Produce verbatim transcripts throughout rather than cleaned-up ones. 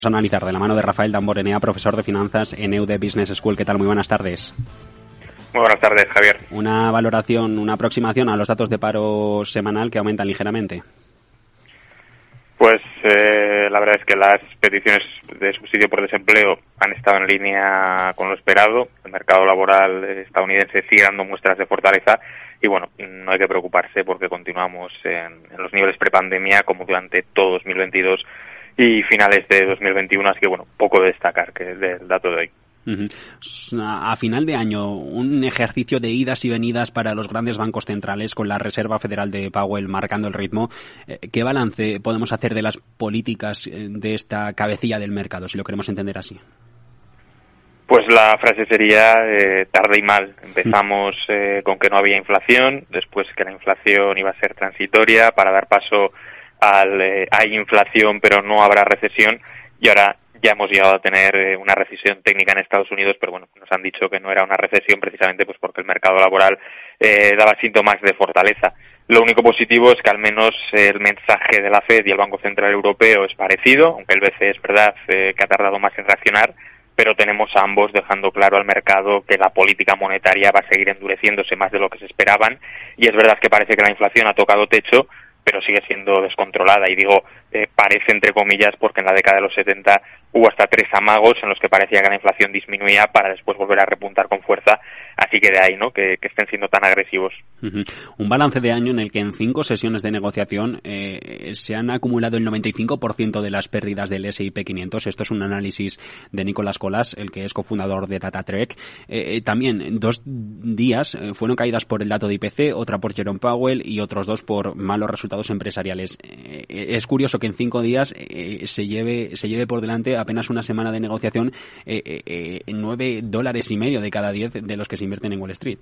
A analizar de la mano de Rafael Damborenea, profesor de finanzas en E U D Business School. ¿Qué tal? Muy buenas tardes. Muy buenas tardes, Javier. Una valoración, una aproximación a los datos de paro semanal que aumentan ligeramente. Pues eh, la verdad es que las peticiones de subsidio por desempleo han estado en línea con lo esperado. El mercado laboral estadounidense sigue dando muestras de fortaleza y bueno, no hay que preocuparse porque continuamos en, en los niveles prepandemia como durante todo dos mil veintidós y finales de dos mil veintiuno, así que bueno, poco de destacar que del dato de hoy. Uh-huh. A final de año, un ejercicio de idas y venidas para los grandes bancos centrales con la Reserva Federal de Powell marcando el ritmo. ¿Qué balance podemos hacer de las políticas de esta cabecilla del mercado, si lo queremos entender así? Pues la frase sería eh, tarde y mal. Empezamos eh, con que no había inflación, después que la inflación iba a ser transitoria para dar paso al eh, hay inflación pero no habrá recesión, y ahora ya hemos llegado a tener eh, una recesión técnica en Estados Unidos, pero bueno, nos han dicho que no era una recesión precisamente pues porque el mercado laboral eh, daba síntomas de fortaleza. Lo único positivo es que al menos eh, el mensaje de la Fed y el Banco Central Europeo es parecido, aunque el B C E es verdad eh, que ha tardado más en reaccionar, pero tenemos a ambos dejando claro al mercado que la política monetaria va a seguir endureciéndose más de lo que se esperaban, y es verdad que parece que la inflación ha tocado techo, pero sigue siendo descontrolada, y digo eh, parece entre comillas porque en la década de los setenta hubo hasta tres amagos en los que parecía que la inflación disminuía para después volver a repuntar con fuerza, así que de ahí no que, que estén siendo tan agresivos. Uh-huh. Un balance de año en el que en cinco sesiones de negociación eh, se han acumulado el noventa y cinco por ciento de las pérdidas del ese y pe quinientos. Esto es un análisis de Nicolás Colas, el que es cofundador de DataTrek. Eh, eh, también dos días eh, fueron caídas por el dato de I Pe Ce, otra por Jerome Powell y otros dos por malos resultados empresariales. Eh, es curioso que en cinco días eh, se lleve se lleve por delante apenas una semana de negociación eh, eh, nueve dólares y medio de cada diez de los que se invierten en Wall Street.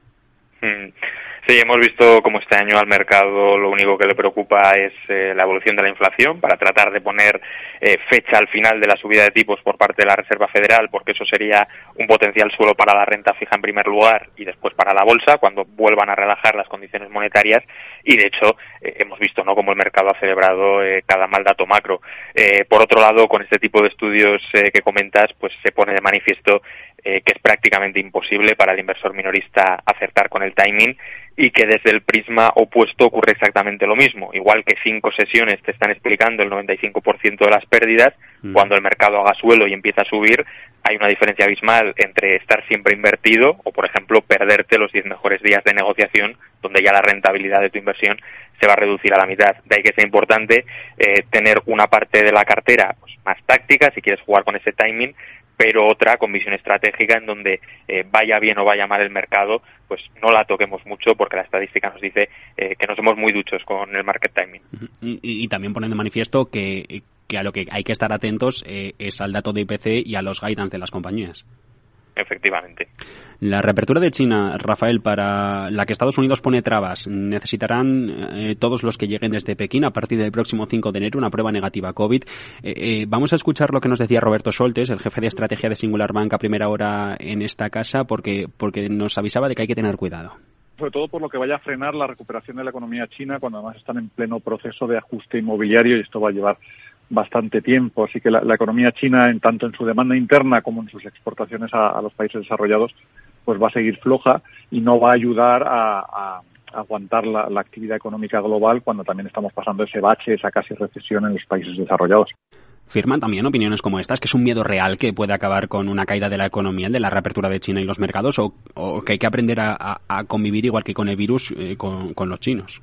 Mm. Sí, hemos visto como este año al mercado lo único que le preocupa es eh, la evolución de la inflación para tratar de poner eh, fecha al final de la subida de tipos por parte de la Reserva Federal, porque eso sería un potencial suelo para la renta fija en primer lugar y después para la bolsa cuando vuelvan a relajar las condiciones monetarias, y de hecho eh, hemos visto no cómo el mercado ha celebrado eh, cada mal dato macro. Eh, por otro lado, con este tipo de estudios eh, que comentas, pues se pone de manifiesto eh, que es prácticamente imposible para el inversor minorista acertar con el timing, y que desde el prisma opuesto ocurre exactamente lo mismo. Igual que cinco sesiones te están explicando el noventa y cinco por ciento de las pérdidas, mm. cuando el mercado haga suelo y empieza a subir, hay una diferencia abismal entre estar siempre invertido o, por ejemplo, perderte los diez mejores días de negociación, donde ya la rentabilidad de tu inversión se va a reducir a la mitad. De ahí que sea importante eh, tener una parte de la cartera pues, más táctica, si quieres jugar con ese timing, pero otra con visión estratégica en donde eh, vaya bien o vaya mal el mercado, pues no la toquemos mucho porque la estadística nos dice eh, que no somos muy duchos con el market timing. Y, y, y también ponen de manifiesto que, que a lo que hay que estar atentos eh, es al dato de I Pe Ce y a los guidance de las compañías. Efectivamente. La reapertura de China, Rafael, para la que Estados Unidos pone trabas, necesitarán eh, todos los que lleguen desde Pekín a partir del próximo cinco de enero una prueba negativa COVID. Eh, eh, vamos a escuchar lo que nos decía Roberto Soltes, el jefe de estrategia de Singular Bank, a primera hora en esta casa, porque, porque nos avisaba de que hay que tener cuidado. Sobre todo por lo que vaya a frenar la recuperación de la economía china, cuando además están en pleno proceso de ajuste inmobiliario, y esto va a llevar bastante tiempo. Así que la, la economía china, en tanto en su demanda interna como en sus exportaciones a, a los países desarrollados, pues va a seguir floja y no va a ayudar a, a, a aguantar la, la actividad económica global cuando también estamos pasando ese bache, esa casi recesión en los países desarrollados. ¿Firman también opiniones como estas, que es un miedo real que puede acabar con una caída de la economía, el de la reapertura de China y los mercados, o, o que hay que aprender a, a, a convivir igual que con el virus eh, con, con los chinos?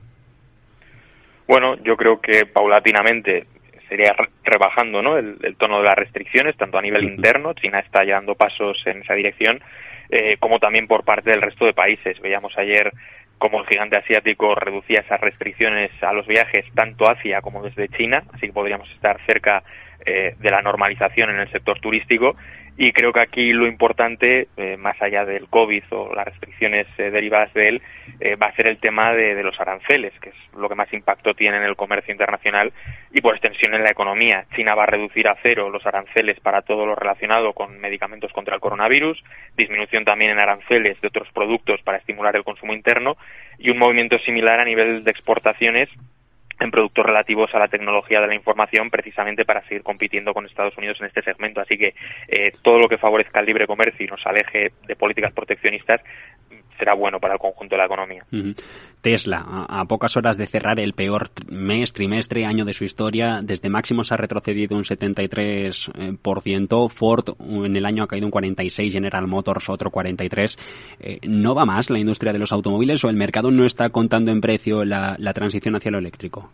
Bueno, yo creo que paulatinamente sería rebajando ¿no? el, el tono de las restricciones, tanto a nivel uh-huh. interno, China está ya dando pasos en esa dirección, eh, como también por parte del resto de países. Veíamos ayer cómo el gigante asiático reducía esas restricciones a los viajes tanto hacia como desde China, así que podríamos estar cerca eh, de la normalización en el sector turístico, y creo que aquí lo importante, eh, más allá del COVID o las restricciones eh, derivadas de él, eh, va a ser el tema de, de los aranceles, que es lo que más impacto tiene en el comercio internacional y por extensión en la economía. China va a reducir a cero los aranceles para todo lo relacionado con medicamentos contra el coronavirus, disminución también en aranceles de otros productos para estimular el consumo interno, y un movimiento similar a nivel de exportaciones en productos relativos a la tecnología de la información, precisamente para seguir compitiendo con Estados Unidos en este segmento. Así que eh, todo lo que favorezca el libre comercio y nos aleje de políticas proteccionistas será bueno para el conjunto de la economía. Uh-huh. Tesla, a, a pocas horas de cerrar el peor mes, trimestre, año de su historia, desde máximos ha retrocedido un setenta y tres por ciento, Ford en el año ha caído un cuarenta y seis por ciento, General Motors otro cuarenta y tres por ciento. Eh, ¿No va más la industria de los automóviles o el mercado no está contando en precio la, la transición hacia lo eléctrico?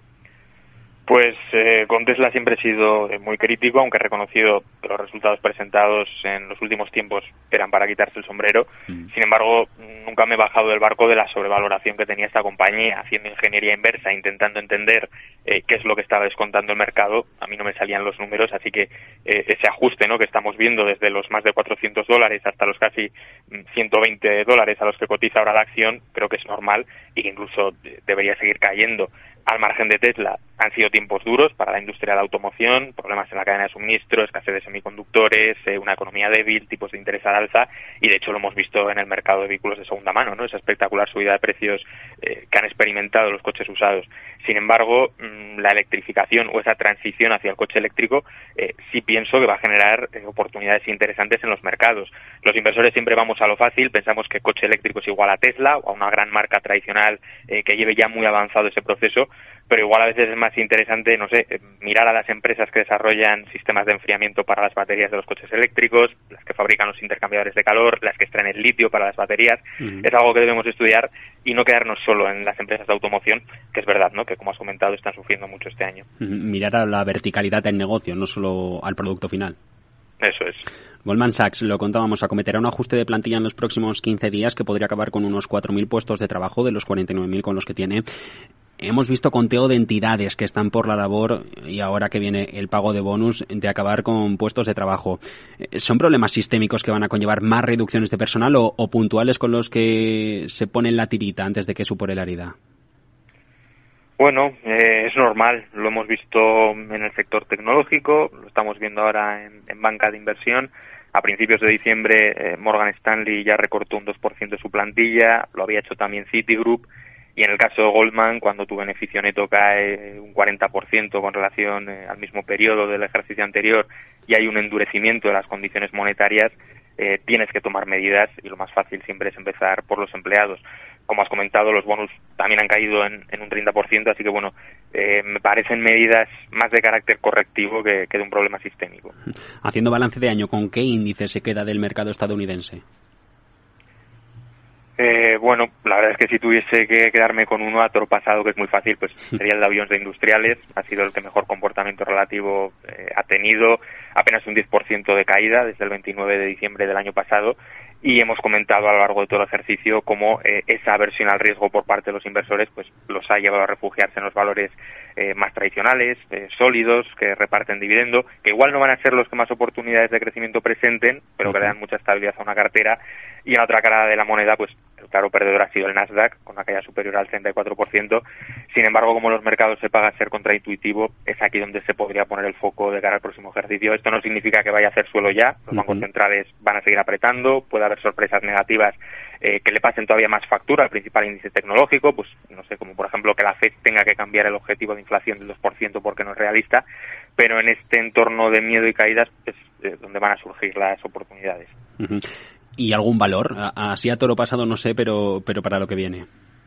Pues eh, con Tesla siempre he sido muy crítico, aunque he reconocido que los resultados presentados en los últimos tiempos eran para quitarse el sombrero. Mm. Sin embargo, nunca me he bajado del barco de la sobrevaloración que tenía esta compañía, haciendo ingeniería inversa, intentando entender eh, qué es lo que estaba descontando el mercado. A mí no me salían los números, así que eh, ese ajuste, ¿no?, que estamos viendo desde los más de cuatrocientos dólares hasta los casi ciento veinte dólares a los que cotiza ahora la acción, creo que es normal y que incluso debería seguir cayendo. Al margen de Tesla, han sido tiempos duros para la industria de la automoción, problemas en la cadena de suministro, escasez de semiconductores, eh, una economía débil, tipos de interés al alza, y de hecho lo hemos visto en el mercado de vehículos de segunda mano, ¿no?, esa espectacular subida de precios eh, que han experimentado los coches usados. Sin embargo, mmm, la electrificación o esa transición hacia el coche eléctrico eh, sí pienso que va a generar eh, oportunidades interesantes en los mercados. Los inversores siempre vamos a lo fácil, pensamos que coche eléctrico es igual a Tesla o a una gran marca tradicional eh, que lleve ya muy avanzado ese proceso, pero igual a veces es más interesante, no sé, mirar a las empresas que desarrollan sistemas de enfriamiento para las baterías de los coches eléctricos, las que fabrican los intercambiadores de calor, las que extraen el litio para las baterías. Uh-huh. Es algo que debemos estudiar y no quedarnos solo en las empresas de automoción, que es verdad, ¿no?, que como has comentado están sufriendo mucho este año. Uh-huh. Mirar a la verticalidad del negocio, no solo al producto final. Eso es. Goldman Sachs, lo contábamos, acometerá un ajuste de plantilla en los próximos quince días que podría acabar con unos cuatro mil puestos de trabajo de los cuarenta y nueve mil con los que tiene. Hemos visto conteo de entidades que están por la labor y ahora que viene el pago de bonus de acabar con puestos de trabajo. ¿Son problemas sistémicos que van a conllevar más reducciones de personal o, o puntuales con los que se ponen la tirita antes de que supere la herida? Bueno, eh, es normal, lo hemos visto en el sector tecnológico, lo estamos viendo ahora en, en banca de inversión. A principios de diciembre eh, Morgan Stanley ya recortó un dos por ciento de su plantilla, lo había hecho también Citigroup, y en el caso de Goldman, cuando tu beneficio neto cae un cuarenta por ciento con relación eh, al mismo periodo del ejercicio anterior y hay un endurecimiento de las condiciones monetarias, eh, tienes que tomar medidas y lo más fácil siempre es empezar por los empleados. Como has comentado, los bonus también han caído en, en un treinta por ciento, así que bueno, eh, me parecen medidas más de carácter correctivo que, que de un problema sistémico. Haciendo balance de año, ¿con qué índice se queda del mercado estadounidense? Eh, bueno, la verdad es que si tuviese que quedarme con uno a toro pasado, que es muy fácil, pues sería el de aviones de industriales. Ha sido el que mejor comportamiento relativo eh, ha tenido, apenas un diez por ciento de caída desde el veintinueve de diciembre del año pasado. Y hemos comentado a lo largo de todo el ejercicio cómo eh, esa aversión al riesgo por parte de los inversores pues los ha llevado a refugiarse en los valores eh, más tradicionales, eh, sólidos, que reparten dividendo, que igual no van a ser los que más oportunidades de crecimiento presenten, pero que le dan mucha estabilidad a una cartera. Y en la otra cara de la moneda, pues el claro perdedor ha sido el Nasdaq, con una caída superior al treinta y cuatro por ciento. Sin embargo, como los mercados se pagan ser contraintuitivo, es aquí donde se podría poner el foco de cara al próximo ejercicio. Esto no significa que vaya a hacer suelo ya, los bancos uh-huh. centrales van a seguir apretando, puede haber sorpresas negativas eh, que le pasen todavía más factura al principal índice tecnológico, pues no sé, como por ejemplo que la Fed tenga que cambiar el objetivo de inflación del dos por ciento porque no es realista, pero en este entorno de miedo y caídas es eh, donde van a surgir las oportunidades. Uh-huh. ¿Y algún valor? Así a toro pasado no sé, pero pero para lo que viene.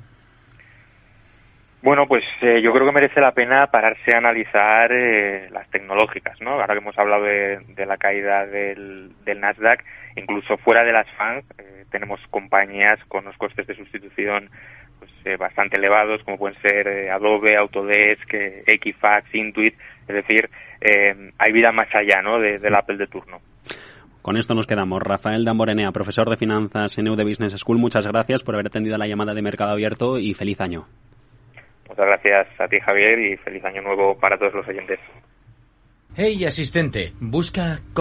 Bueno, pues eh, yo creo que merece la pena pararse a analizar eh, las tecnológicas, ¿no? Ahora que hemos hablado de, de la caída del, del Nasdaq, incluso fuera de las FANG, eh, tenemos compañías con los costes de sustitución pues eh, bastante elevados, como pueden ser eh, Adobe, Autodesk, eh, Equifax, Intuit, es decir, eh, hay vida más allá, ¿no?, de, del Apple de turno. Con esto nos quedamos. Rafael Damborenea, profesor de finanzas en E U D Business School, muchas gracias por haber atendido la llamada de Mercado Abierto y feliz año. Muchas gracias a ti, Javier, y feliz año nuevo para todos los oyentes. Hey, asistente, busca...